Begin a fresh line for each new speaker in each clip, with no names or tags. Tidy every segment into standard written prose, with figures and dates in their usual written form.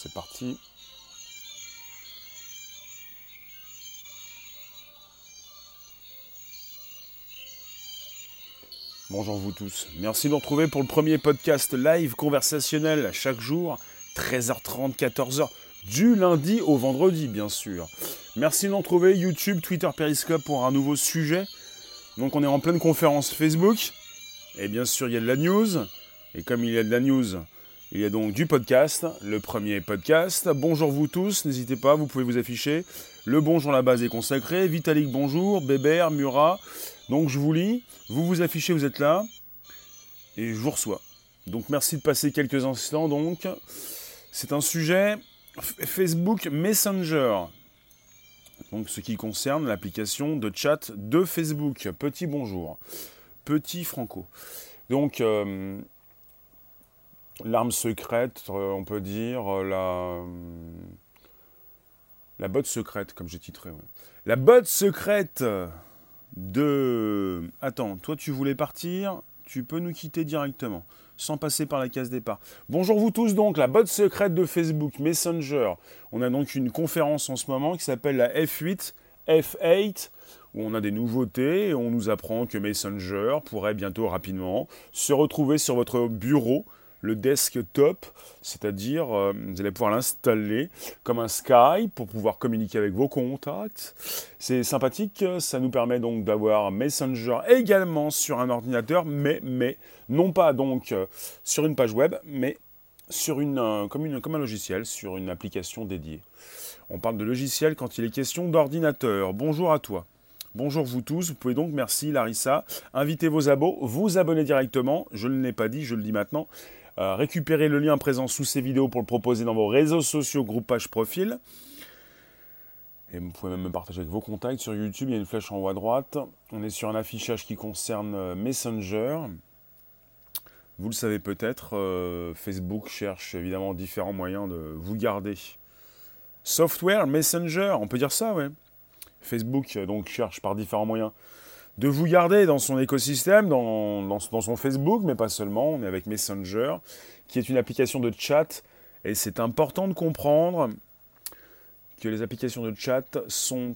c'est parti. Bonjour vous tous. Merci de nous retrouver pour le premier podcast live conversationnel chaque jour, 13h30, 14h, du lundi au vendredi bien sûr. Merci de nous retrouver YouTube, Twitter, Periscope pour un nouveau sujet. Donc on est en pleine conférence Facebook. Et bien sûr il y a de la news. Et comme il y a de la news, il y a donc du podcast, le premier podcast. Bonjour vous tous, n'hésitez pas, vous pouvez vous afficher. Le bonjour à la base est consacré. Vitalik bonjour, Bébert, Murat. Donc je vous lis, vous vous affichez, vous êtes là. Et je vous reçois. Donc merci de passer quelques instants donc. C'est un sujet Facebook Messenger. Donc ce qui concerne l'application de chat de Facebook. Petit bonjour. Petit Franco. Donc l'arme secrète, on peut dire, la botte secrète, comme j'ai titré. Ouais. La botte secrète de... Attends, toi tu voulais partir, tu peux nous quitter directement, sans passer par la case départ. Bonjour vous tous donc, la botte secrète de Facebook, Messenger. On a donc une conférence en ce moment qui s'appelle la F8, où on a des nouveautés et on nous apprend que Messenger pourrait bientôt rapidement se retrouver sur votre bureau, le desktop, c'est-à-dire vous allez pouvoir l'installer comme un Skype pour pouvoir communiquer avec vos contacts. C'est sympathique, ça nous permet donc d'avoir Messenger également sur un ordinateur, mais non pas donc sur une page web, mais sur comme un logiciel, sur une application dédiée. On parle de logiciel quand il est question d'ordinateur. Bonjour à toi. Bonjour vous tous, vous pouvez donc, merci Larissa, inviter vos abos, vous abonner directement, je ne l'ai pas dit, je le dis maintenant. Récupérez le lien présent sous ces vidéos pour le proposer dans vos réseaux sociaux, groupe, page, profil. Et vous pouvez même me partager avec vos contacts sur YouTube, il y a une flèche en haut à droite. On est sur un affichage qui concerne Messenger. Vous le savez peut-être, Facebook cherche évidemment différents moyens de vous garder. Software, Messenger, on peut dire ça, ouais. Facebook donc cherche par différents moyens de vous garder dans son écosystème, dans son Facebook, mais pas seulement. On est avec Messenger, qui est une application de chat. Et c'est important de comprendre que les applications de chat sont,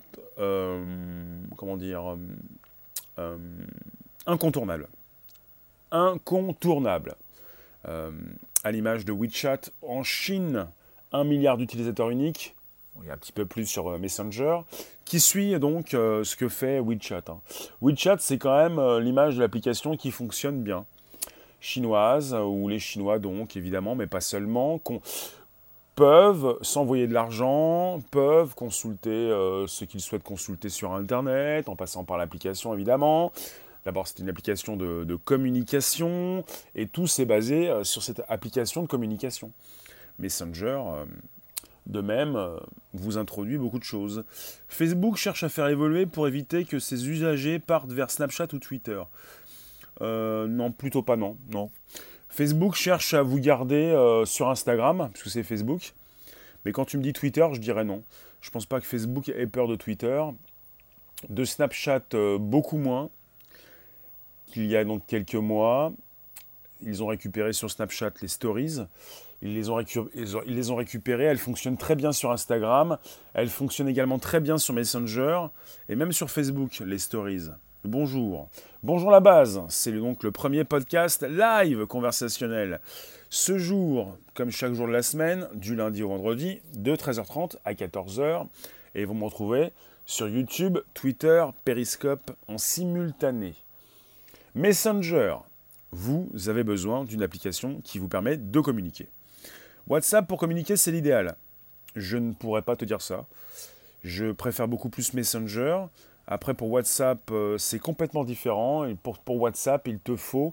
incontournables. Incontournables. À l'image de WeChat en Chine, 1 milliard d'utilisateurs uniques. Il y a un petit peu plus sur Messenger, qui suit donc ce que fait WeChat. WeChat, c'est quand même l'image de l'application qui fonctionne bien. Chinoise, où les Chinois, donc, évidemment, mais pas seulement, peuvent s'envoyer de l'argent, peuvent consulter ce qu'ils souhaitent consulter sur Internet, en passant par l'application, évidemment. D'abord, c'est une application de communication, et tout s'est basé sur cette application de communication. Messenger... de même, vous introduit beaucoup de choses. Facebook cherche à faire évoluer pour éviter que ses usagers partent vers Snapchat ou Twitter. Non, plutôt pas non. Facebook cherche à vous garder sur Instagram, puisque c'est Facebook. Mais quand tu me dis Twitter, je dirais non. Je pense pas que Facebook ait peur de Twitter. De Snapchat, beaucoup moins qu'il y a donc quelques mois. Ils ont récupéré sur Snapchat les stories. Ils les ont récupérées, elles fonctionnent très bien sur Instagram, elles fonctionnent également très bien sur Messenger, et même sur Facebook, les stories. Bonjour. Bonjour la base, c'est donc le premier podcast live conversationnel. Ce jour, comme chaque jour de la semaine, du lundi au vendredi, de 13h30 à 14h, et vous me retrouvez sur YouTube, Twitter, Periscope en simultané. Messenger, vous avez besoin d'une application qui vous permet de communiquer. WhatsApp, pour communiquer, c'est l'idéal. Je ne pourrais pas te dire ça. Je préfère beaucoup plus Messenger. Après, pour WhatsApp, c'est complètement différent. Et pour WhatsApp, il te faut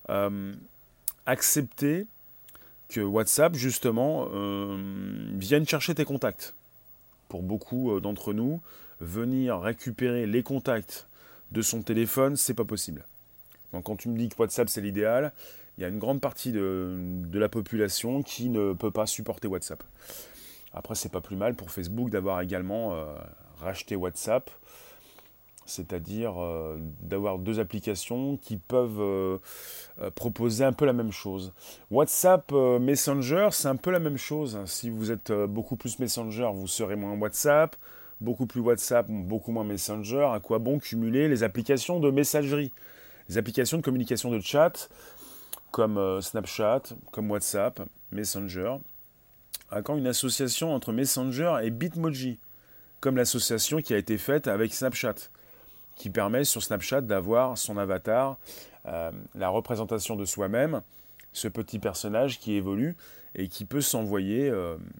accepter que WhatsApp, justement, vienne chercher tes contacts. Pour beaucoup d'entre nous, venir récupérer les contacts de son téléphone, c'est pas possible. Donc quand tu me dis que WhatsApp, c'est l'idéal, il y a une grande partie de la population qui ne peut pas supporter WhatsApp. Après, c'est pas plus mal pour Facebook d'avoir également racheté WhatsApp. c'est-à-dire d'avoir deux applications qui peuvent proposer un peu la même chose. WhatsApp Messenger, c'est un peu la même chose. Si vous êtes beaucoup plus Messenger, vous serez moins WhatsApp. Beaucoup plus WhatsApp, beaucoup moins Messenger. À quoi bon cumuler les applications de messagerie, les applications de communication de chat, comme Snapchat, comme WhatsApp, Messenger. À quand une association entre Messenger et Bitmoji, comme l'association qui a été faite avec Snapchat, qui permet sur Snapchat d'avoir son avatar, la représentation de soi-même, ce petit personnage qui évolue et qui peut s'envoyer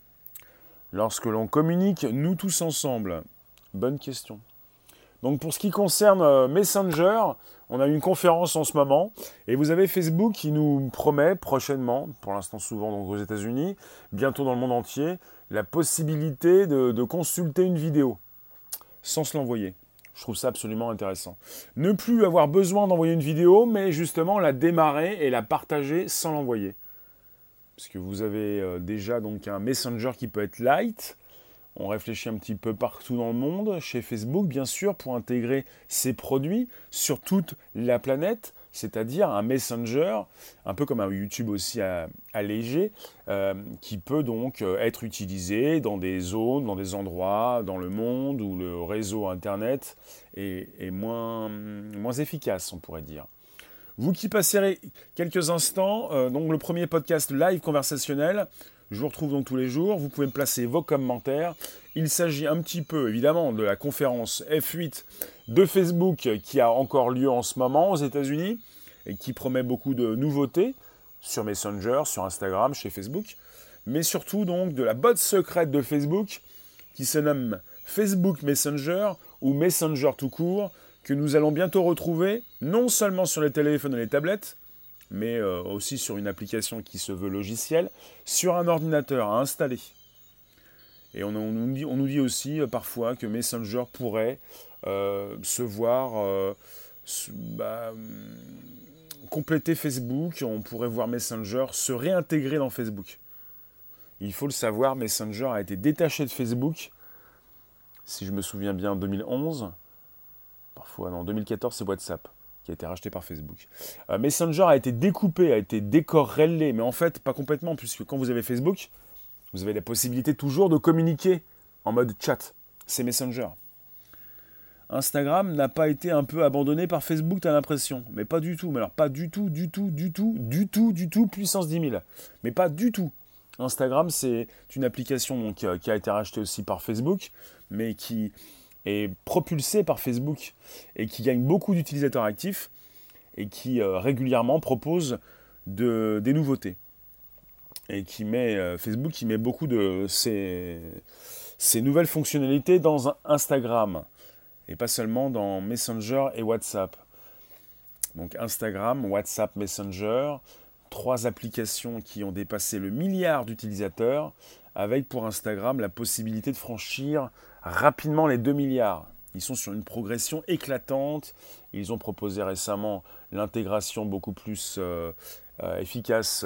lorsque l'on communique, nous tous ensemble. Bonne question. Donc pour ce qui concerne Messenger, on a une conférence en ce moment et vous avez Facebook qui nous promet prochainement, pour l'instant souvent donc aux États-Unis, bientôt dans le monde entier, la possibilité de consulter une vidéo sans se l'envoyer. Je trouve ça absolument intéressant. Ne plus avoir besoin d'envoyer une vidéo, mais justement la démarrer et la partager sans l'envoyer. Parce que vous avez déjà donc un Messenger qui peut être light. On réfléchit un petit peu partout dans le monde, chez Facebook bien sûr, pour intégrer ces produits sur toute la planète, c'est-à-dire un Messenger, un peu comme un YouTube aussi allégé, qui peut donc être utilisé dans des zones, dans des endroits, dans le monde où le réseau Internet est moins efficace, on pourrait dire. Vous qui passerez quelques instants, donc le premier podcast live conversationnel, je vous retrouve donc tous les jours, vous pouvez me placer vos commentaires. Il s'agit un petit peu évidemment de la conférence F8 de Facebook qui a encore lieu en ce moment aux États-Unis et qui promet beaucoup de nouveautés sur Messenger, sur Instagram, chez Facebook, mais surtout donc de la botte secrète de Facebook qui se nomme Facebook Messenger ou Messenger tout court, que nous allons bientôt retrouver non seulement sur les téléphones et les tablettes, mais aussi sur une application qui se veut logicielle, sur un ordinateur à installer. Et on nous dit aussi parfois que Messenger pourrait se voir compléter Facebook, on pourrait voir Messenger se réintégrer dans Facebook. Il faut le savoir, Messenger a été détaché de Facebook, si je me souviens bien, en 2011. Parfois, non, en 2014, c'est WhatsApp qui a été racheté par Facebook. Messenger a été découpé, a été décorrélé, mais en fait, pas complètement, puisque quand vous avez Facebook, vous avez la possibilité toujours de communiquer en mode chat. C'est Messenger. Instagram n'a pas été un peu abandonné par Facebook, t'as l'impression. Mais pas du tout. Mais alors, pas du tout, puissance 10 000. Mais pas du tout. Instagram, c'est une application donc, qui a été rachetée aussi par Facebook, mais qui est propulsée par Facebook et qui gagne beaucoup d'utilisateurs actifs et qui régulièrement propose des nouveautés. Et qui met, Facebook qui met beaucoup de ces nouvelles fonctionnalités dans Instagram et pas seulement dans Messenger et WhatsApp. Donc Instagram, WhatsApp, Messenger, 3 applications qui ont dépassé le milliard d'utilisateurs, avec pour Instagram la possibilité de franchir rapidement les 2 milliards. Ils sont sur une progression éclatante. Ils ont proposé récemment l'intégration beaucoup plus efficace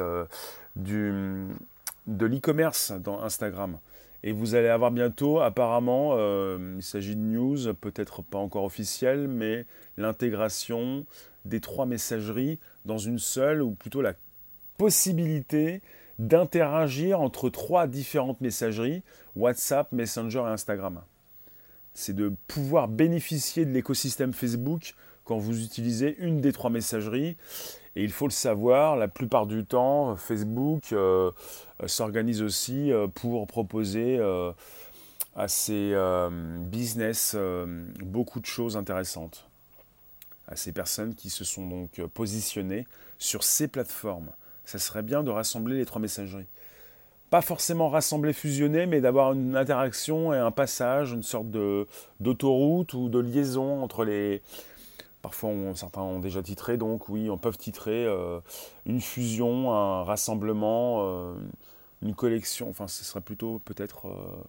de l'e-commerce dans Instagram. Et vous allez avoir bientôt, apparemment, il s'agit de news, peut-être pas encore officielle, mais l'intégration des 3 messageries dans une seule, ou plutôt la possibilité d'interagir entre 3 différentes messageries, WhatsApp, Messenger et Instagram. C'est de pouvoir bénéficier de l'écosystème Facebook quand vous utilisez une des 3 messageries. Et il faut le savoir, la plupart du temps, Facebook s'organise aussi pour proposer à ses business beaucoup de choses intéressantes. À ces personnes qui se sont donc positionnées sur ces plateformes. Ça serait bien de rassembler les 3 messageries. Pas forcément rassembler, fusionner, mais d'avoir une interaction et un passage, une sorte d'autoroute ou de liaison entre les... Parfois, certains ont déjà titré, donc oui, on peut titrer une fusion, un rassemblement, une collection. Enfin, ce serait plutôt peut-être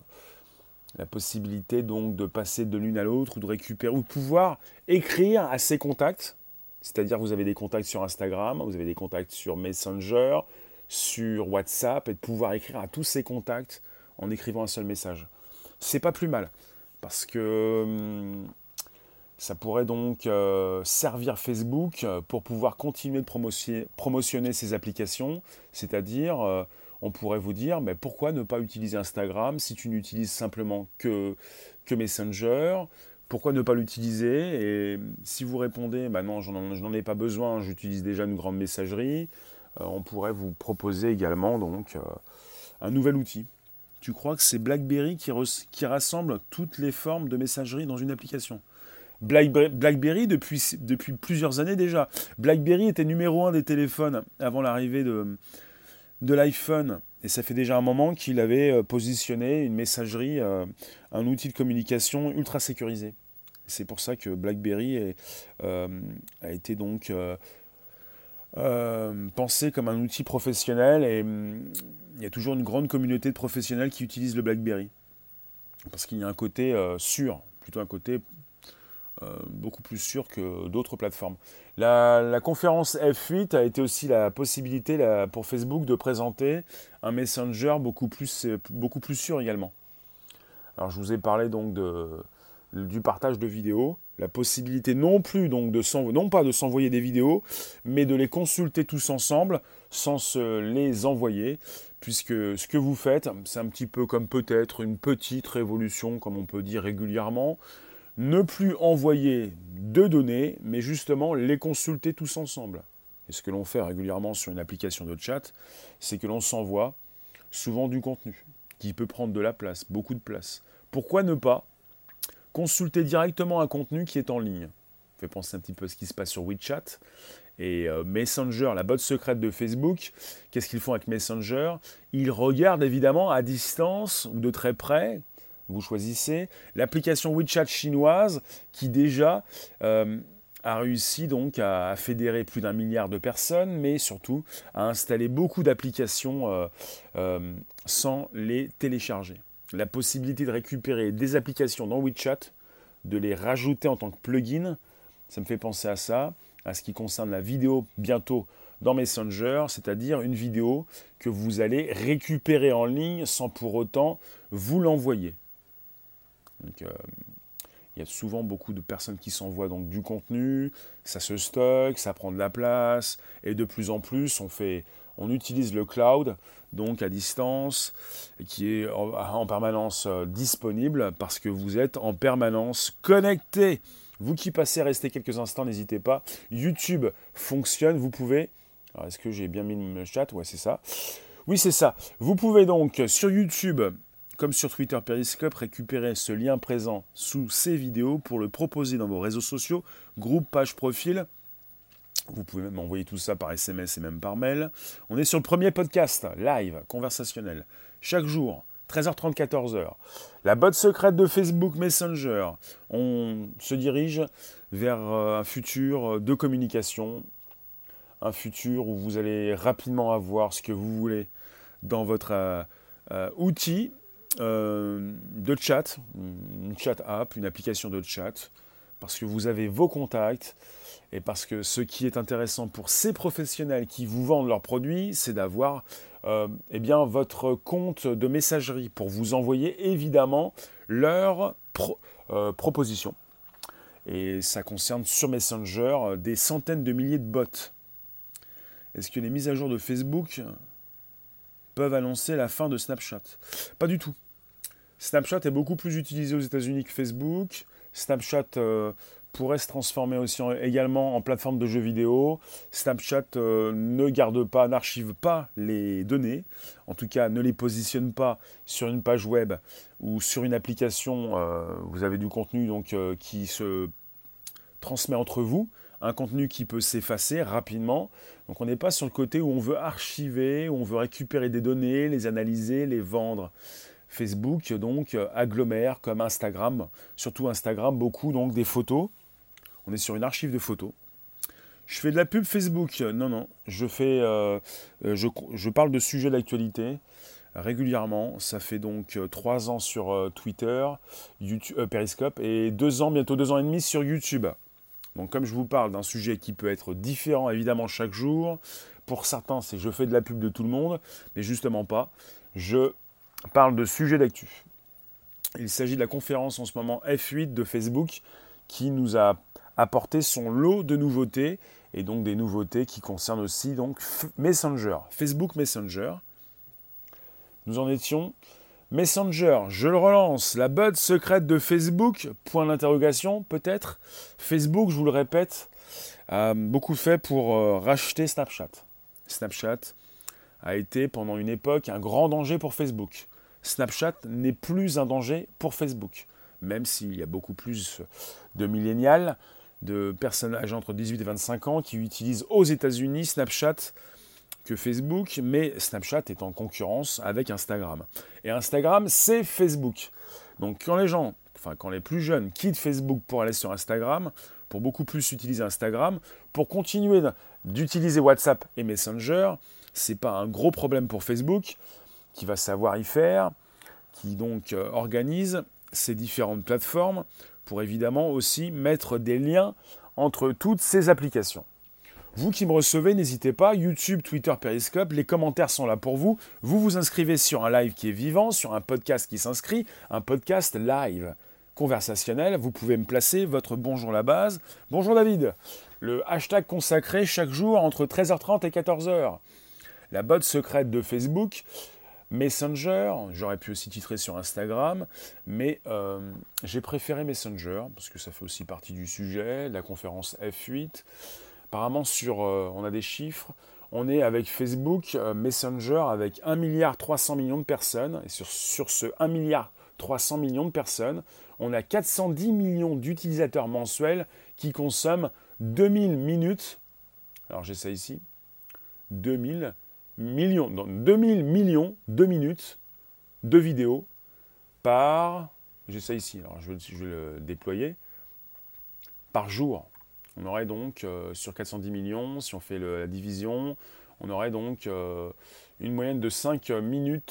la possibilité donc de passer de l'une à l'autre ou de récupérer ou de pouvoir écrire à ses contacts. C'est-à-dire, vous avez des contacts sur Instagram, vous avez des contacts sur Messenger, sur WhatsApp, et de pouvoir écrire à tous ces contacts en écrivant un seul message. C'est pas plus mal, parce que Ça pourrait donc servir Facebook pour pouvoir continuer de promotionner ses applications, c'est-à-dire on pourrait vous dire mais pourquoi ne pas utiliser Instagram si tu n'utilises simplement que Messenger, pourquoi ne pas l'utiliser? Et si vous répondez bah non, je n'en ai pas besoin, j'utilise déjà une grande messagerie, on pourrait vous proposer également donc un nouvel outil. Tu crois que c'est BlackBerry qui rassemble toutes les formes de messagerie dans une application? BlackBerry depuis plusieurs années déjà. BlackBerry était numéro 1 des téléphones avant l'arrivée de l'iPhone. Et ça fait déjà un moment qu'il avait positionné une messagerie, un outil de communication ultra sécurisé. C'est pour ça que BlackBerry a été donc pensé comme un outil professionnel. Et il y a toujours une grande communauté de professionnels qui utilisent le BlackBerry. Parce qu'il y a un côté sûr, plutôt un côté beaucoup plus sûr que d'autres plateformes. La conférence F8 a été aussi la possibilité pour Facebook de présenter un Messenger beaucoup plus sûr également. Alors je vous ai parlé donc du partage de vidéos, la possibilité non plus donc non pas de s'envoyer des vidéos, mais de les consulter tous ensemble sans se les envoyer, puisque ce que vous faites, c'est un petit peu comme peut-être une petite révolution, comme on peut dire régulièrement. Ne plus envoyer de données, mais justement les consulter tous ensemble. Et ce que l'on fait régulièrement sur une application de chat, c'est que l'on s'envoie souvent du contenu, qui peut prendre de la place, beaucoup de place. Pourquoi ne pas consulter directement un contenu qui est en ligne? Ça fait penser un petit peu à ce qui se passe sur WeChat. Et Messenger, la botte secrète de Facebook, qu'est-ce qu'ils font avec Messenger? Ils regardent évidemment à distance ou de très près. Vous choisissez l'application WeChat chinoise qui déjà a réussi donc à fédérer plus d'1 milliard de personnes, mais surtout à installer beaucoup d'applications sans les télécharger. La possibilité de récupérer des applications dans WeChat, de les rajouter en tant que plugin, ça me fait penser à ça, à ce qui concerne la vidéo bientôt dans Messenger, c'est-à-dire une vidéo que vous allez récupérer en ligne sans pour autant vous l'envoyer. Donc, il y a souvent beaucoup de personnes qui s'envoient donc du contenu, ça se stocke, ça prend de la place, et de plus en plus, on utilise le cloud, donc à distance, qui est en permanence disponible, parce que vous êtes en permanence connecté. Vous qui passez, restez quelques instants, n'hésitez pas. YouTube fonctionne, vous pouvez... Alors, est-ce que j'ai bien mis le chat? Ouais, c'est ça. Oui, c'est ça. Vous pouvez donc, sur YouTube... comme sur Twitter Periscope, récupérer ce lien présent sous ces vidéos pour le proposer dans vos réseaux sociaux, groupe, page, profil. Vous pouvez même envoyer tout ça par SMS et même par mail. On est sur le premier podcast, live, conversationnel, chaque jour, 13h30, 14h. La botte secrète de Facebook Messenger. On se dirige vers un futur de communication, un futur où vous allez rapidement avoir ce que vous voulez dans votre outil de chat, une chat app, une application de chat, parce que vous avez vos contacts et parce que ce qui est intéressant pour ces professionnels qui vous vendent leurs produits, c'est d'avoir votre compte de messagerie pour vous envoyer évidemment leurs propositions. Et ça concerne sur Messenger des centaines de milliers de bots. Est-ce que les mises à jour de Facebook peuvent annoncer la fin de Snapchat? Pas du tout. Snapchat est beaucoup plus utilisé aux États-Unis que Facebook. Snapchat pourrait se transformer aussi également en plateforme de jeux vidéo. Snapchat ne garde pas, n'archive pas les données. En tout cas, ne les positionne pas sur une page web ou sur une application. Vous avez du contenu donc, qui se transmet entre vous. Un contenu qui peut s'effacer rapidement. Donc on n'est pas sur le côté où on veut archiver, où on veut récupérer des données, les analyser, les vendre. Facebook donc agglomère comme Instagram, surtout Instagram, beaucoup donc des photos. On est sur une archive de photos. Je fais de la pub Facebook. Non, je parle de sujets d'actualité régulièrement. Ça fait donc 3 ans sur Twitter, YouTube, Periscope et 2 ans, bientôt 2 ans et demi sur YouTube. Donc comme je vous parle d'un sujet qui peut être différent évidemment chaque jour, pour certains c'est je fais de la pub de tout le monde, mais justement pas. Je parle de sujets d'actu. Il s'agit de la conférence en ce moment F8 de Facebook qui nous a apporté son lot de nouveautés, et donc des nouveautés qui concernent aussi donc Messenger, Facebook Messenger. Nous en étions. Messenger, je le relance, la bud secrète de Facebook, point d'interrogation peut-être. Facebook, je vous le répète, a beaucoup fait pour racheter Snapchat. Snapchat a été pendant une époque un grand danger pour Facebook. Snapchat n'est plus un danger pour Facebook, même s'il y a beaucoup plus de millénials, de personnes âgées entre 18 et 25 ans qui utilisent aux États-Unis Snapchat que Facebook, mais Snapchat est en concurrence avec Instagram. Et Instagram, c'est Facebook. Donc quand les plus jeunes quittent Facebook pour aller sur Instagram, pour beaucoup plus utiliser Instagram, pour continuer d'utiliser WhatsApp et Messenger, c'est pas un gros problème pour Facebook, qui va savoir y faire, qui donc organise ces différentes plateformes pour évidemment aussi mettre des liens entre toutes ces applications. Vous qui me recevez, n'hésitez pas, YouTube, Twitter, Periscope, les commentaires sont là pour vous. Vous vous inscrivez sur un live qui est vivant, sur un podcast qui s'inscrit, un podcast live, conversationnel. Vous pouvez me placer votre bonjour la base. Bonjour David, le hashtag consacré chaque jour entre 13h30 et 14h. La botte secrète de Facebook, Messenger, j'aurais pu aussi titrer sur Instagram, mais j'ai préféré Messenger, parce que ça fait aussi partie du sujet, de la conférence F8. Apparemment, on a des chiffres, on est avec Facebook, Messenger, avec 1,3 milliard de personnes, et sur ce 1,3 milliard de personnes, on a 410 millions d'utilisateurs mensuels qui consomment 2000 minutes, alors j'ai ça ici, 2000 millions de minutes de vidéos par, j'ai ça ici, alors je vais le déployer, par jour. On aurait donc, sur 410 millions, si on fait la division, on aurait donc une moyenne de 5 minutes,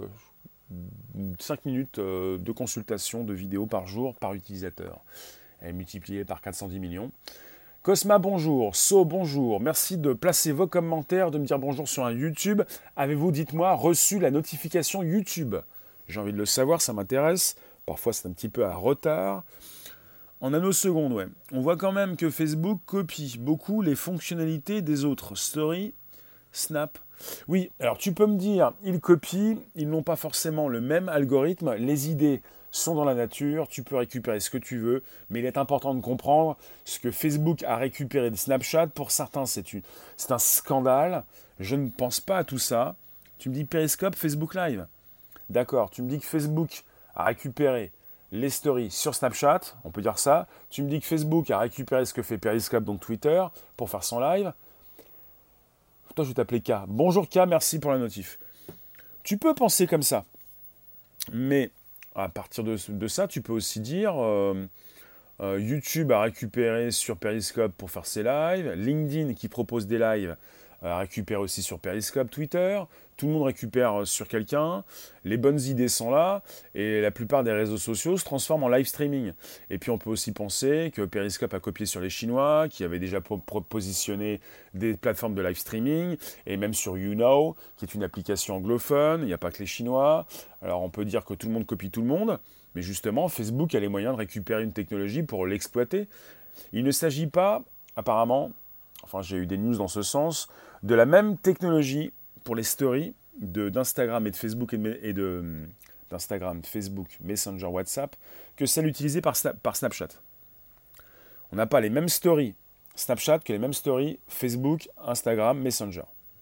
de consultation de vidéos par jour par utilisateur. Elle est multipliée par 410 millions. Cosma, bonjour. So, bonjour. Merci de placer vos commentaires, de me dire bonjour sur un YouTube. Avez-vous, dites-moi, reçu la notification YouTube? J'ai envie de le savoir, ça m'intéresse. Parfois, c'est un petit peu à retard. En nanosecondes, ouais. On voit quand même que Facebook copie beaucoup les fonctionnalités des autres. Story, Snap. Oui, alors tu peux me dire, ils copient, ils n'ont pas forcément le même algorithme. Les idées sont dans la nature, tu peux récupérer ce que tu veux, mais il est important de comprendre ce que Facebook a récupéré de Snapchat. Pour certains, c'est un scandale. Je ne pense pas à tout ça. Tu me dis Periscope, Facebook Live. D'accord, tu me dis que Facebook a récupéré les stories sur Snapchat, on peut dire ça. Tu me dis que Facebook a récupéré ce que fait Periscope, donc Twitter, pour faire son live. Toi, je vais t'appeler K. Bonjour K, merci pour la notif. Tu peux penser comme ça. Mais à partir de ça, tu peux aussi dire YouTube a récupéré sur Periscope pour faire ses lives. LinkedIn qui propose des lives récupère aussi sur Periscope, Twitter. Tout le monde récupère sur quelqu'un. Les bonnes idées sont là. Et la plupart des réseaux sociaux se transforment en live streaming. Et puis on peut aussi penser que Periscope a copié sur les Chinois, qui avaient déjà positionné des plateformes de live streaming. Et même sur YouNow, qui est une application anglophone. Il n'y a pas que les Chinois. Alors on peut dire que tout le monde copie tout le monde. Mais justement, Facebook a les moyens de récupérer une technologie pour l'exploiter. Il ne s'agit pas, apparemment, enfin j'ai eu des news dans ce sens, de la même technologie pour les stories d'Instagram et de Facebook d'Instagram, Facebook, Messenger, WhatsApp, que celle utilisée par Snapchat. On n'a pas les mêmes stories Snapchat que les mêmes stories Facebook, Instagram, Messenger.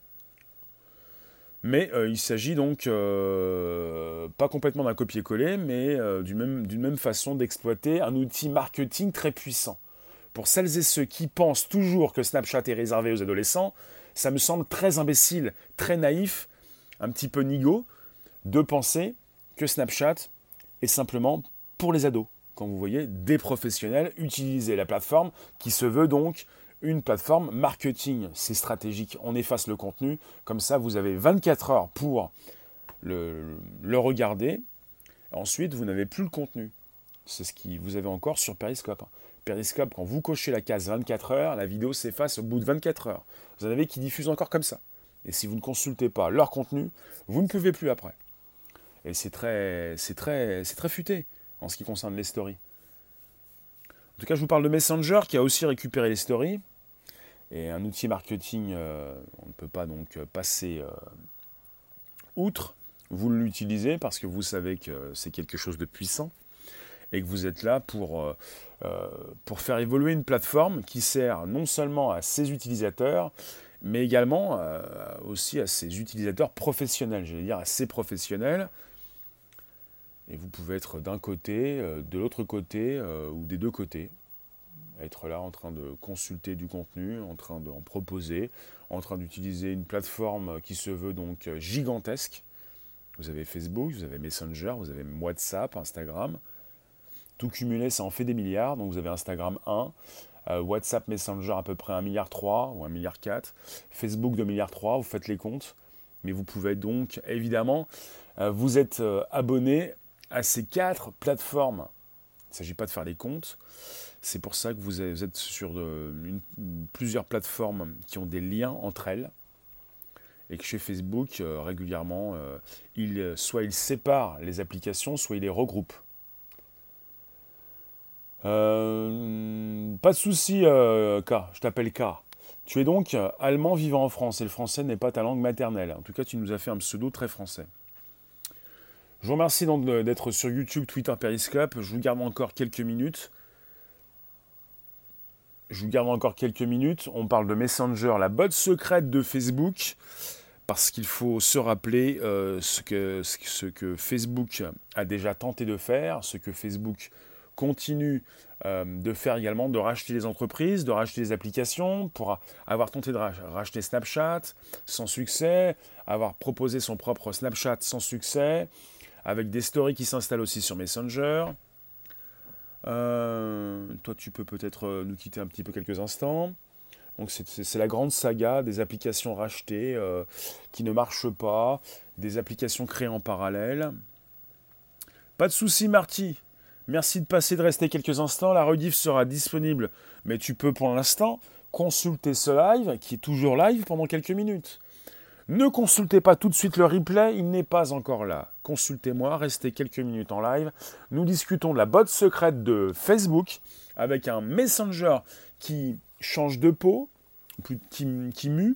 Mais il s'agit donc pas complètement d'un copier-coller, mais d'une même façon d'exploiter un outil marketing très puissant. Pour celles et ceux qui pensent toujours que Snapchat est réservé aux adolescents, ça me semble très imbécile, très naïf, un petit peu nigo, de penser que Snapchat est simplement pour les ados. Quand vous voyez des professionnels utiliser la plateforme qui se veut donc une plateforme marketing. C'est stratégique, on efface le contenu, comme ça vous avez 24 heures pour le regarder. Ensuite, vous n'avez plus le contenu. C'est ce que vous avez encore sur Periscope. Periscope, quand vous cochez la case 24 heures, la vidéo s'efface au bout de 24 heures. Vous en avez qui diffusent encore comme ça. Et si vous ne consultez pas leur contenu, vous ne pouvez plus après. Et c'est très futé en ce qui concerne les stories. En tout cas, je vous parle de Messenger qui a aussi récupéré les stories. Et un outil marketing, on ne peut pas donc passer outre. Vous l'utilisez parce que vous savez que c'est quelque chose de puissant et que vous êtes là pour faire évoluer une plateforme qui sert non seulement à ses utilisateurs, mais également aussi à ses utilisateurs professionnels, j'allais dire à ses professionnels. Et vous pouvez être d'un côté, de l'autre côté ou des deux côtés. Être là en train de consulter du contenu, en train d'en proposer, en train d'utiliser une plateforme qui se veut donc gigantesque. Vous avez Facebook, vous avez Messenger, vous avez WhatsApp, Instagram. Tout cumulé, ça en fait des milliards. Donc vous avez Instagram 1, WhatsApp, Messenger à peu près 1,3 milliard ou 1,4 milliard, Facebook 2,3 milliards, vous faites les comptes. Mais vous pouvez donc, évidemment, vous êtes abonné à ces 4 plateformes. Il ne s'agit pas de faire les comptes. C'est pour ça que vous êtes sur plusieurs plateformes qui ont des liens entre elles. Et que chez Facebook, régulièrement, soit il sépare les applications, soit il les regroupe. Pas de souci, K, je t'appelle K. Tu es donc allemand vivant en France et le français n'est pas ta langue maternelle. En tout cas, tu nous as fait un pseudo très français. Je vous remercie donc d'être sur YouTube, Twitter, Periscope. Je vous garde encore quelques minutes. On parle de Messenger, la botte secrète de Facebook. Parce qu'il faut se rappeler ce que Facebook a déjà tenté de faire, ce que Facebook continue de faire également, de racheter les entreprises, de racheter les applications, pour avoir tenté de racheter Snapchat sans succès, avoir proposé son propre Snapchat sans succès, avec des stories qui s'installent aussi sur Messenger. Toi, tu peux peut-être nous quitter un petit peu quelques instants. Donc c'est la grande saga des applications rachetées qui ne marchent pas, des applications créées en parallèle. Pas de souci, Marty. Merci de passer, de rester quelques instants. La rediff sera disponible, mais tu peux pour l'instant consulter ce live, qui est toujours live pendant quelques minutes. Ne consultez pas tout de suite le replay, il n'est pas encore là. Consultez-moi, restez quelques minutes en live. Nous discutons de la botte secrète de Facebook avec un Messenger qui change de peau, qui mue,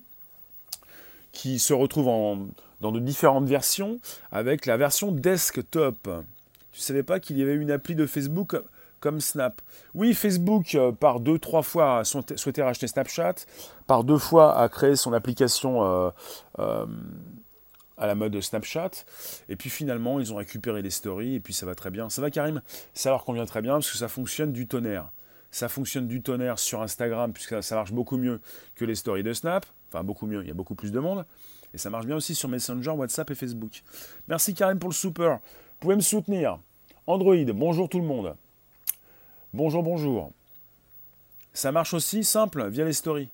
qui se retrouve dans de différentes versions, avec la version desktop. Tu ne savais pas qu'il y avait une appli de Facebook comme Snap? Oui, Facebook, par 2-3 fois, a souhaité racheter Snapchat, par 2 fois a créé son application à la mode Snapchat, et puis finalement, ils ont récupéré les stories, et puis ça va très bien. Ça va, Karim? Ça leur convient très bien, parce que ça fonctionne du tonnerre. Ça fonctionne du tonnerre sur Instagram, puisque ça marche beaucoup mieux que les stories de Snap. Enfin, beaucoup mieux, il y a beaucoup plus de monde. Et ça marche bien aussi sur Messenger, WhatsApp et Facebook. Merci Karim pour le super. Vous pouvez me soutenir. Android, bonjour tout le monde. Bonjour, bonjour. Ça marche aussi simple, via les stories.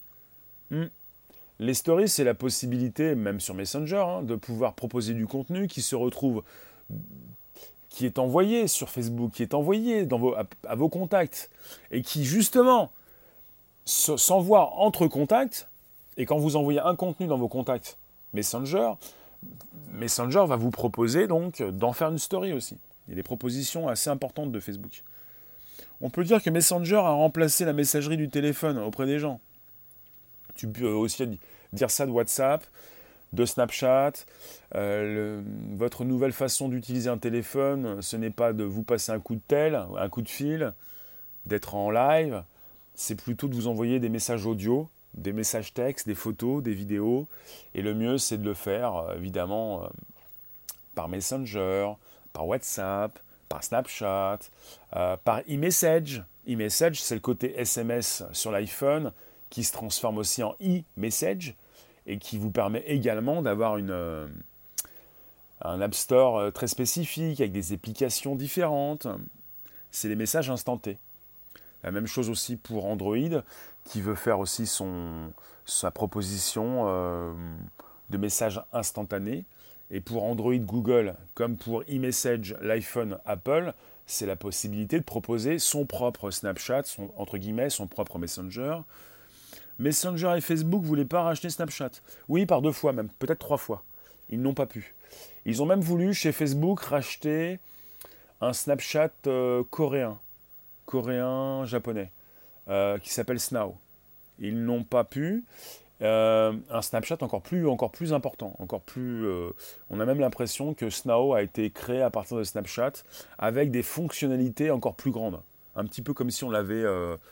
Les stories, c'est la possibilité, même sur Messenger, de pouvoir proposer du contenu qui se retrouve, qui est envoyé sur Facebook, qui est envoyé à vos contacts, et qui justement s'envoie entre contacts, et quand vous envoyez un contenu dans vos contacts Messenger va vous proposer donc d'en faire une story aussi. Il y a des propositions assez importantes de Facebook. On peut dire que Messenger a remplacé la messagerie du téléphone auprès des gens. Tu peux aussi dire ça de WhatsApp, de Snapchat. Votre nouvelle façon d'utiliser un téléphone, ce n'est pas de vous passer un coup de tel, un coup de fil, d'être en live. C'est plutôt de vous envoyer des messages audio, des messages textes, des photos, des vidéos. Et le mieux, c'est de le faire, évidemment, par Messenger, par WhatsApp, par Snapchat, par e-message. E-message, c'est le côté SMS sur l'iPhone qui se transforme aussi en e-message et qui vous permet également d'avoir un App Store très spécifique avec des applications différentes. C'est les messages instantés. La même chose aussi pour Android qui veut faire aussi sa proposition de messages instantanés. Et pour Android Google, comme pour e-message l'iPhone Apple, c'est la possibilité de proposer son propre Snapchat, entre guillemets, son propre Messenger. Messenger et Facebook ne voulaient pas racheter Snapchat. Oui, par 2 fois même, peut-être 3 fois. Ils n'ont pas pu. Ils ont même voulu, chez Facebook, racheter un Snapchat coréen. coréen, japonais, qui s'appelle Snow. Ils n'ont pas pu. Un Snapchat encore plus important, on a même l'impression que Snow a été créé à partir de Snapchat avec des fonctionnalités encore plus grandes. Un petit peu comme si on l'avait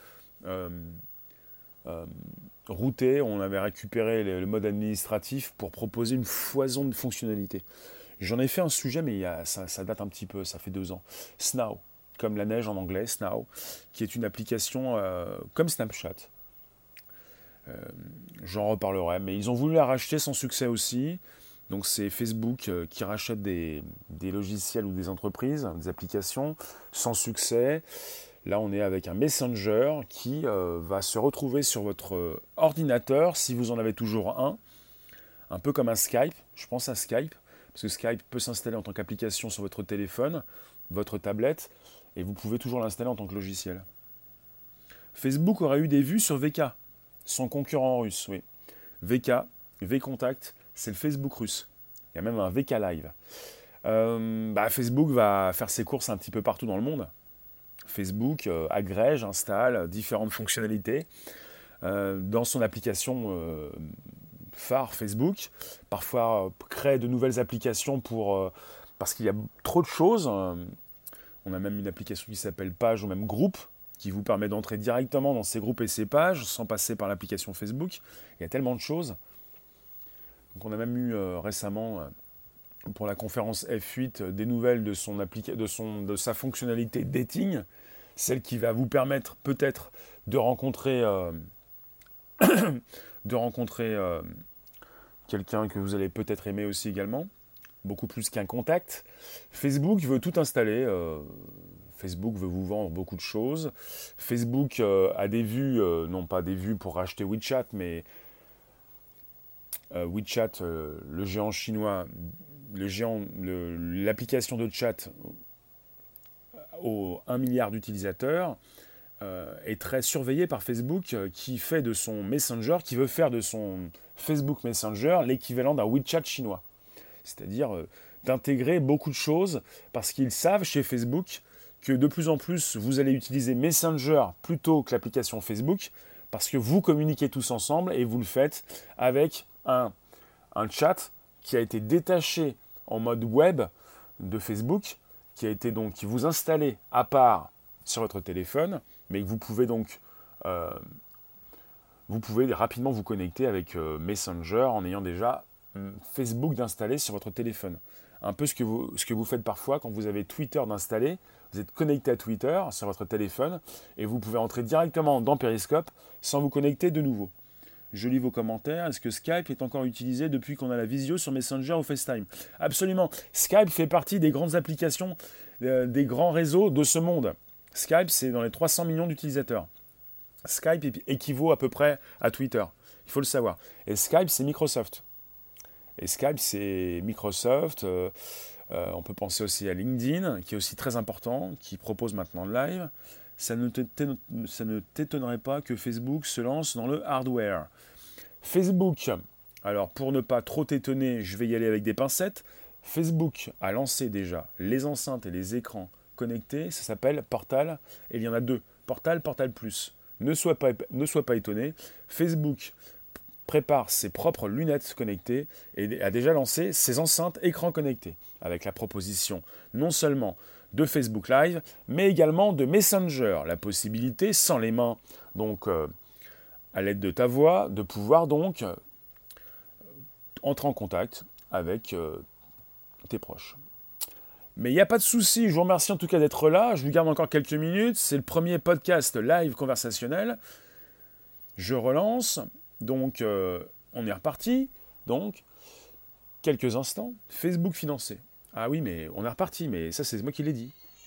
routé, on avait récupéré le mode administratif pour proposer une foison de fonctionnalités. J'en ai fait un sujet, mais ça date un petit peu, ça fait 2 ans. Snow, comme la neige en anglais, Snow, qui est une application comme Snapchat. J'en reparlerai, mais ils ont voulu la racheter sans succès aussi. Donc c'est Facebook qui rachète des logiciels ou des entreprises, des applications, sans succès. Là, on est avec un Messenger qui va se retrouver sur votre ordinateur, si vous en avez toujours un peu comme un Skype. Je pense à Skype, parce que Skype peut s'installer en tant qu'application sur votre téléphone, votre tablette, et vous pouvez toujours l'installer en tant que logiciel. Facebook aurait eu des vues sur VK, son concurrent russe, oui. VK, VKontact, c'est le Facebook russe. Il y a même un VK Live. Facebook va faire ses courses un petit peu partout dans le monde. Facebook agrège, installe différentes fonctionnalités dans son application phare Facebook. Parfois crée de nouvelles applications parce qu'il y a trop de choses. On a même une application qui s'appelle Page ou même Groupe, qui vous permet d'entrer directement dans ces groupes et ces pages sans passer par l'application Facebook. Il y a tellement de choses. Donc on a même eu récemment, pour la conférence F8, des nouvelles de sa fonctionnalité dating, celle qui va vous permettre peut-être de rencontrer, quelqu'un que vous allez peut-être aimer aussi également, beaucoup plus qu'un contact. Facebook veut tout installer. Facebook veut vous vendre beaucoup de choses. Facebook a des vues, non pas des vues pour racheter WeChat, mais WeChat, le géant chinois, l'application de chat aux 1 milliard d'utilisateurs, est très surveillée par Facebook, qui fait de son Messenger, qui veut faire de son Facebook Messenger l'équivalent d'un WeChat chinois. C'est-à-dire d'intégrer beaucoup de choses, parce qu'ils savent chez Facebook que de plus en plus, vous allez utiliser Messenger plutôt que l'application Facebook, parce que vous communiquez tous ensemble et vous le faites avec un chat qui a été détaché en mode web de Facebook, qui vous installez à part sur votre téléphone, mais que vous pouvez donc rapidement vous connecter avec Messenger en ayant déjà Facebook d'installer sur votre téléphone. Un peu ce que vous faites parfois quand vous avez Twitter d'installer. Vous êtes connecté à Twitter sur votre téléphone et vous pouvez entrer directement dans Periscope sans vous connecter de nouveau. Je lis vos commentaires. Est-ce que Skype est encore utilisé depuis qu'on a la visio sur Messenger ou FaceTime? Absolument. Skype fait partie des grandes applications, des grands réseaux de ce monde. Skype, c'est dans les 300 millions d'utilisateurs. Skype équivaut à peu près à Twitter. Il faut le savoir. Et Skype, c'est Microsoft. On peut penser aussi à LinkedIn, qui est aussi très important, qui propose maintenant le live. Ça ne t'étonnerait pas que Facebook se lance dans le hardware. Facebook, alors pour ne pas trop t'étonner, je vais y aller avec des pincettes. Facebook a lancé déjà les enceintes et les écrans connectés, ça s'appelle Portal, et il y en a 2, Portal Plus. Ne sois pas étonné, Facebook prépare ses propres lunettes connectées et a déjà lancé ses enceintes écrans connectés, avec la proposition non seulement de Facebook Live, mais également de Messenger, la possibilité, sans les mains, donc à l'aide de ta voix, de pouvoir donc entrer en contact avec tes proches. Mais il n'y a pas de souci, je vous remercie en tout cas d'être là, je vous garde encore quelques minutes, c'est le premier podcast live conversationnel. Je relance, donc on est reparti, donc quelques instants, Facebook financé. Ah oui, mais on est reparti, mais ça c'est moi qui l'ai dit.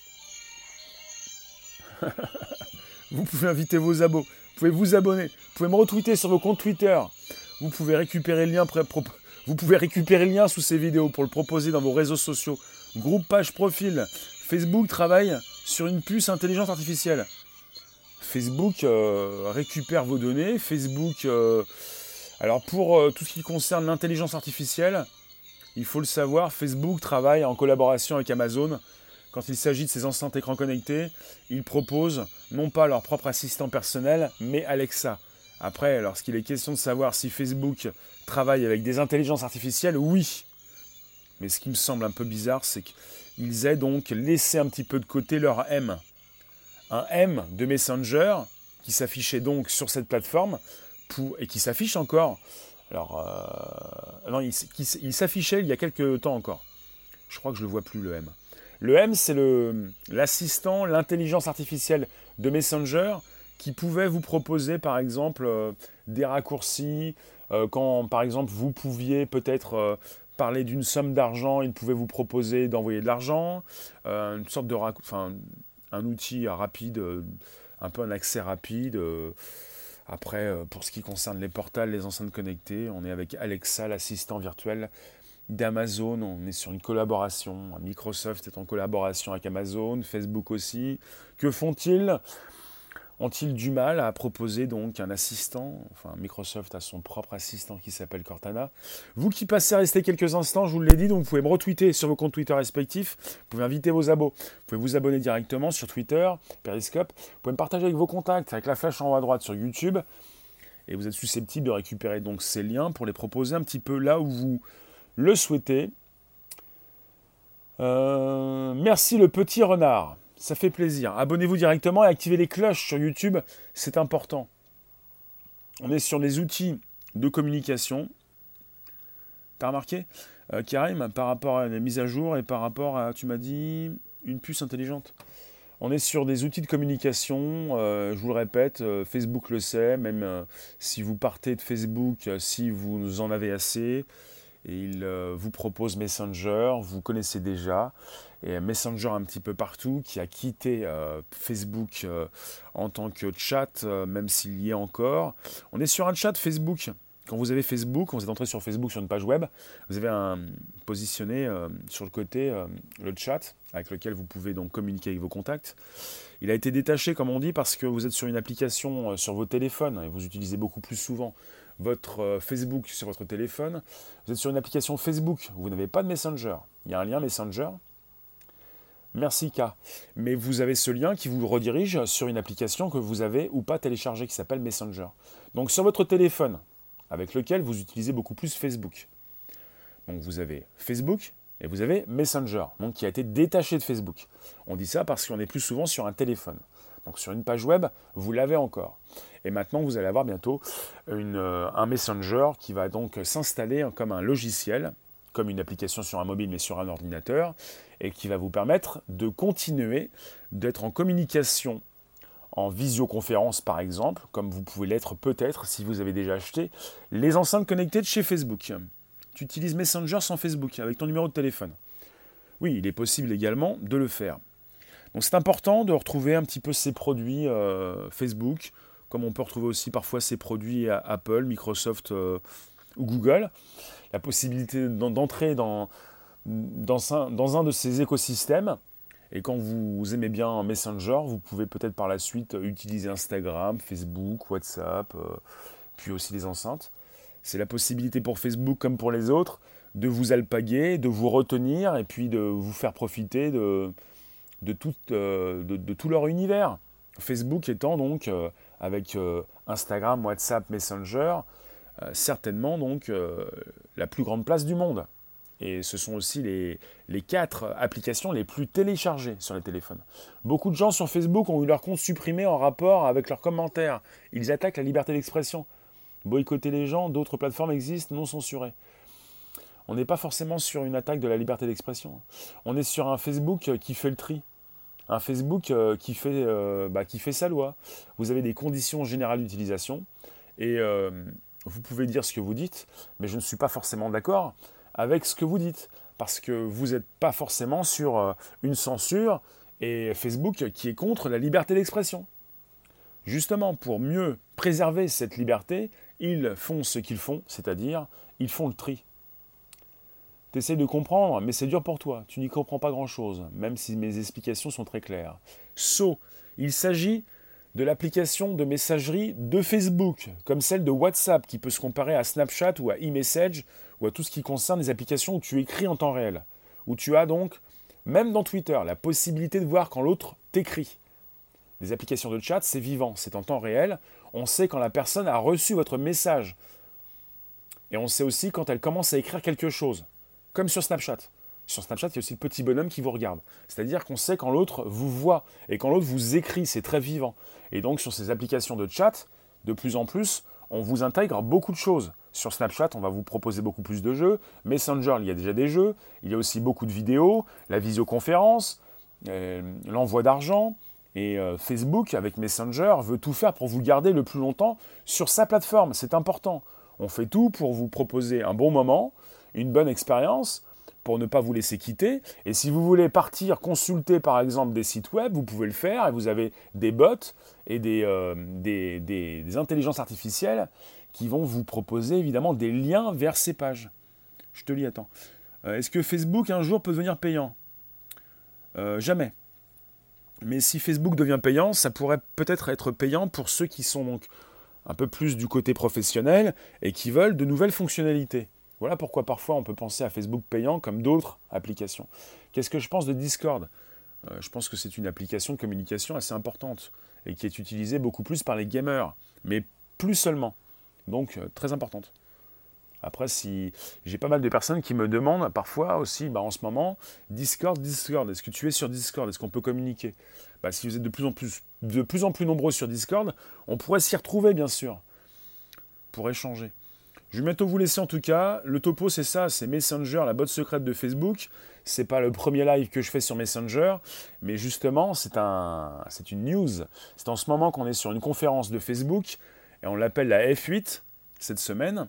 Vous pouvez inviter vos abos, vous pouvez vous abonner, vous pouvez me retweeter sur vos comptes Twitter, vous pouvez récupérer le lien sous ces vidéos pour le proposer dans vos réseaux sociaux, groupe, page, profil. Facebook travaille sur une puce intelligence artificielle. Facebook récupère vos données, Facebook... Alors pour tout ce qui concerne l'intelligence artificielle, il faut le savoir, Facebook travaille en collaboration avec Amazon quand il s'agit de ces enceintes écran connectés, ils proposent non pas leur propre assistant personnel, mais Alexa. Après, lorsqu'il est question de savoir si Facebook travaille avec des intelligences artificielles, oui. Mais ce qui me semble un peu bizarre, c'est qu'ils aient donc laissé un petit peu de côté leur M. Un M de Messenger qui s'affichait donc sur cette plateforme et qui s'affiche encore. Alors, non, il s'affichait il y a quelques temps encore. Je crois que je ne le vois plus, le M. Le M, c'est l'assistant, l'intelligence artificielle de Messenger qui pouvait vous proposer, par exemple, des raccourcis. Quand, par exemple, vous pouviez peut-être parler d'une somme d'argent, il pouvait vous proposer d'envoyer de l'argent. Une sorte de un outil rapide, un peu un accès rapide. Après, pour ce qui concerne les portals, les enceintes connectées, on est avec Alexa, l'assistant virtuel d'Amazon. On est sur une collaboration. Microsoft est en collaboration avec Amazon, Facebook aussi. Que font-ils ? Ont-ils du mal à proposer donc un assistant ? Enfin, Microsoft a son propre assistant qui s'appelle Cortana. Vous qui passez à rester quelques instants, je vous l'ai dit, donc vous pouvez me retweeter sur vos comptes Twitter respectifs. Vous pouvez inviter vos abos. Vous pouvez vous abonner directement sur Twitter, Periscope. Vous pouvez me partager avec vos contacts, avec la flèche en haut à droite sur YouTube. Et vous êtes susceptible de récupérer donc ces liens pour les proposer un petit peu là où vous le souhaitez. Merci le petit renard. Ça fait plaisir. Abonnez-vous directement et activez les cloches sur YouTube, c'est important. On est sur les outils de communication. T'as remarqué, Karim, par rapport à la mise à jour et par rapport à, tu m'as dit, une puce intelligente. On est sur des outils de communication, je vous le répète, Facebook le sait, même si vous partez de Facebook, si vous en avez assez, et il vous propose Messenger, vous connaissez déjà, et Messenger un petit peu partout, qui a quitté Facebook en tant que chat, même s'il y est encore. On est sur un chat Facebook. Quand vous avez Facebook, quand vous êtes entré sur Facebook sur une page web, vous avez positionné sur le côté le chat, avec lequel vous pouvez donc communiquer avec vos contacts. Il a été détaché, comme on dit, parce que vous êtes sur une application sur vos téléphones, et vous utilisez beaucoup plus souvent votre Facebook sur votre téléphone. Vous êtes sur une application Facebook, vous n'avez pas de Messenger. Il y a un lien Messenger. Merci K. Mais vous avez ce lien qui vous redirige sur une application que vous avez ou pas téléchargée qui s'appelle Messenger. Donc sur votre téléphone, avec lequel vous utilisez beaucoup plus Facebook. Donc vous avez Facebook et vous avez Messenger, donc qui a été détaché de Facebook. On dit ça parce qu'on est plus souvent sur un téléphone. Donc sur une page web, vous l'avez encore. Et maintenant, vous allez avoir bientôt un Messenger qui va donc s'installer comme un logiciel, comme une application sur un mobile mais sur un ordinateur, et qui va vous permettre de continuer d'être en communication en visioconférence par exemple, comme vous pouvez l'être peut-être si vous avez déjà acheté les enceintes connectées de chez Facebook. Tu utilises Messenger sans Facebook, avec ton numéro de téléphone. Oui, il est possible également de le faire. Donc c'est important de retrouver un petit peu ces produits Facebook, comme on peut retrouver aussi parfois ces produits à Apple, Microsoft ou Google. La possibilité d'entrer dans un de ces écosystèmes. Et quand vous aimez bien Messenger, vous pouvez peut-être par la suite utiliser Instagram, Facebook, WhatsApp, puis aussi les enceintes. C'est la possibilité pour Facebook comme pour les autres de vous alpaguer, de vous retenir et puis de vous faire profiter de tout leur univers. Facebook étant donc, avec Instagram, WhatsApp, Messenger, certainement donc la plus grande place du monde. Et ce sont aussi les 4 applications les plus téléchargées sur les téléphones. Beaucoup de gens sur Facebook ont eu leur compte supprimé en rapport avec leurs commentaires. Ils attaquent la liberté d'expression. Boycotter les gens, d'autres plateformes existent non censurées. On n'est pas forcément sur une attaque de la liberté d'expression. On est sur un Facebook qui fait le tri. Un Facebook qui fait sa loi. Vous avez des conditions générales d'utilisation et vous pouvez dire ce que vous dites, mais je ne suis pas forcément d'accord avec ce que vous dites, parce que vous n'êtes pas forcément sur une censure et Facebook qui est contre la liberté d'expression. Justement, pour mieux préserver cette liberté, ils font ce qu'ils font, c'est-à-dire, ils font le tri. Tu essaies de comprendre, mais c'est dur pour toi, tu n'y comprends pas grand-chose, même si mes explications sont très claires. Il s'agit de l'application de messagerie de Facebook, comme celle de WhatsApp, qui peut se comparer à Snapchat ou à eMessage, ou à tout ce qui concerne les applications où tu écris en temps réel, où tu as donc Même dans Twitter, la possibilité de voir quand l'autre t'écrit. Les applications de chat, c'est vivant, c'est en temps réel. On sait quand la personne a reçu votre message. Et on sait aussi quand elle commence à écrire quelque chose. Comme sur Snapchat. Sur Snapchat, il y a aussi le petit bonhomme qui vous regarde. C'est-à-dire qu'on sait quand l'autre vous voit et quand l'autre vous écrit, c'est très vivant. Et donc sur ces applications de chat, de plus en plus, on vous intègre beaucoup de choses. Sur Snapchat, on va vous proposer beaucoup plus de jeux. Messenger, il y a déjà des jeux. Il y a aussi beaucoup de vidéos, la visioconférence, l'envoi d'argent. Et Facebook, avec Messenger, veut tout faire pour vous garder le plus longtemps sur sa plateforme. C'est important. On fait tout pour vous proposer un bon moment, une bonne expérience, pour ne pas vous laisser quitter. Et si vous voulez partir consulter par exemple des sites web, vous pouvez le faire et vous avez des bots et des intelligences artificielles qui vont vous proposer évidemment des liens vers ces pages. Je te lis, attends. Est-ce que Facebook un jour peut devenir payant ? Jamais. Mais si Facebook devient payant, ça pourrait peut-être être payant pour ceux qui sont donc un peu plus du côté professionnel et qui veulent de nouvelles fonctionnalités. Voilà pourquoi parfois on peut penser à Facebook payant comme d'autres applications. Qu'est-ce que je pense de Discord ? Je pense que c'est une application de communication assez importante et qui est utilisée beaucoup plus par les gamers, mais plus seulement. Donc très importante. Après, si j'ai pas mal de personnes qui me demandent parfois aussi, en ce moment, Discord, est-ce que tu es sur Discord ? Est-ce qu'on peut communiquer ? Si vous êtes de plus en plus nombreux sur Discord, on pourrait s'y retrouver, bien sûr, pour échanger. Je vais bientôt vous laisser en tout cas. Le topo, c'est ça, c'est Messenger, la botte secrète de Facebook. C'est pas le premier live que je fais sur Messenger, mais justement, c'est une news. C'est en ce moment qu'on est sur une conférence de Facebook, et on l'appelle la F8, cette semaine.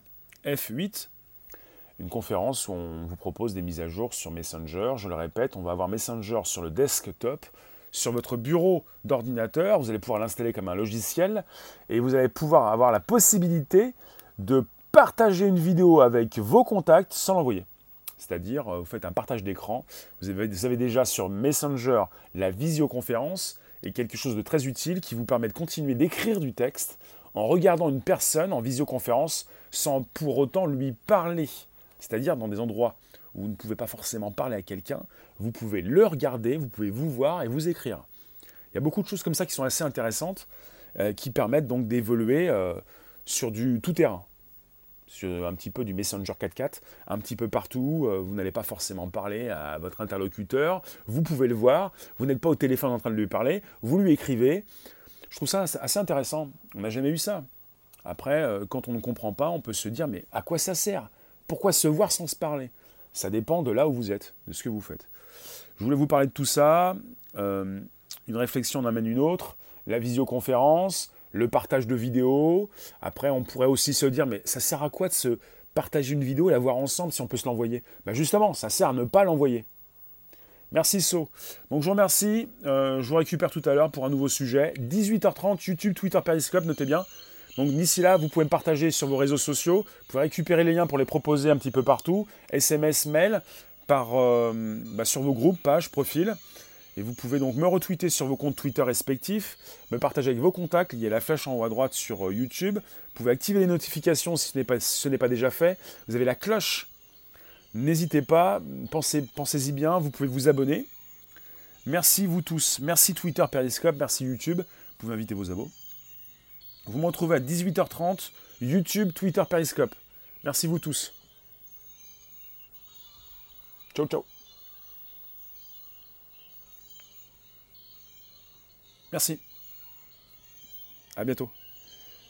F8, une conférence où on vous propose des mises à jour sur Messenger. Je le répète, on va avoir Messenger sur le desktop, sur votre bureau d'ordinateur. Vous allez pouvoir l'installer comme un logiciel et vous allez pouvoir avoir la possibilité de partager une vidéo avec vos contacts sans l'envoyer. C'est-à-dire, vous faites un partage d'écran. Vous avez déjà sur Messenger la visioconférence et quelque chose de très utile qui vous permet de continuer d'écrire du texte en regardant une personne en visioconférence sans pour autant lui parler. C'est-à-dire dans des endroits où vous ne pouvez pas forcément parler à quelqu'un, vous pouvez le regarder, vous pouvez vous voir et vous écrire. Il y a beaucoup de choses comme ça qui sont assez intéressantes, qui permettent donc d'évoluer sur du tout-terrain, sur un petit peu du Messenger 4.4, un petit peu partout, vous n'allez pas forcément parler à votre interlocuteur, vous pouvez le voir, vous n'êtes pas au téléphone en train de lui parler, vous lui écrivez. Je trouve ça assez intéressant, on n'a jamais eu ça. Après, quand on ne comprend pas, on peut se dire, mais à quoi ça sert ? Pourquoi se voir sans se parler ? Ça dépend de là où vous êtes, de ce que vous faites. Je voulais vous parler de tout ça, une réflexion en amène une autre, la visioconférence, le partage de vidéos. Après, on pourrait aussi se dire, mais ça sert à quoi de se partager une vidéo et la voir ensemble si on peut se l'envoyer ? Justement, ça sert à ne pas l'envoyer. Merci So. Donc je vous remercie, je vous récupère tout à l'heure pour un nouveau sujet. 18h30, YouTube, Twitter, Periscope, notez bien. Donc d'ici là, vous pouvez me partager sur vos réseaux sociaux. Vous pouvez récupérer les liens pour les proposer un petit peu partout. SMS, mail, sur vos groupes, pages, profils. Et vous pouvez donc me retweeter sur vos comptes Twitter respectifs, me partager avec vos contacts. Il y a la flèche en haut à droite sur YouTube. Vous pouvez activer les notifications si ce n'est pas déjà fait. Vous avez la cloche. N'hésitez pas, pensez-y bien, vous pouvez vous abonner. Merci vous tous, merci Twitter, Periscope, merci YouTube. Vous pouvez inviter vos abos. Vous me retrouvez à 18h30, YouTube, Twitter, Periscope. Merci vous tous. Ciao, ciao. Merci. À bientôt.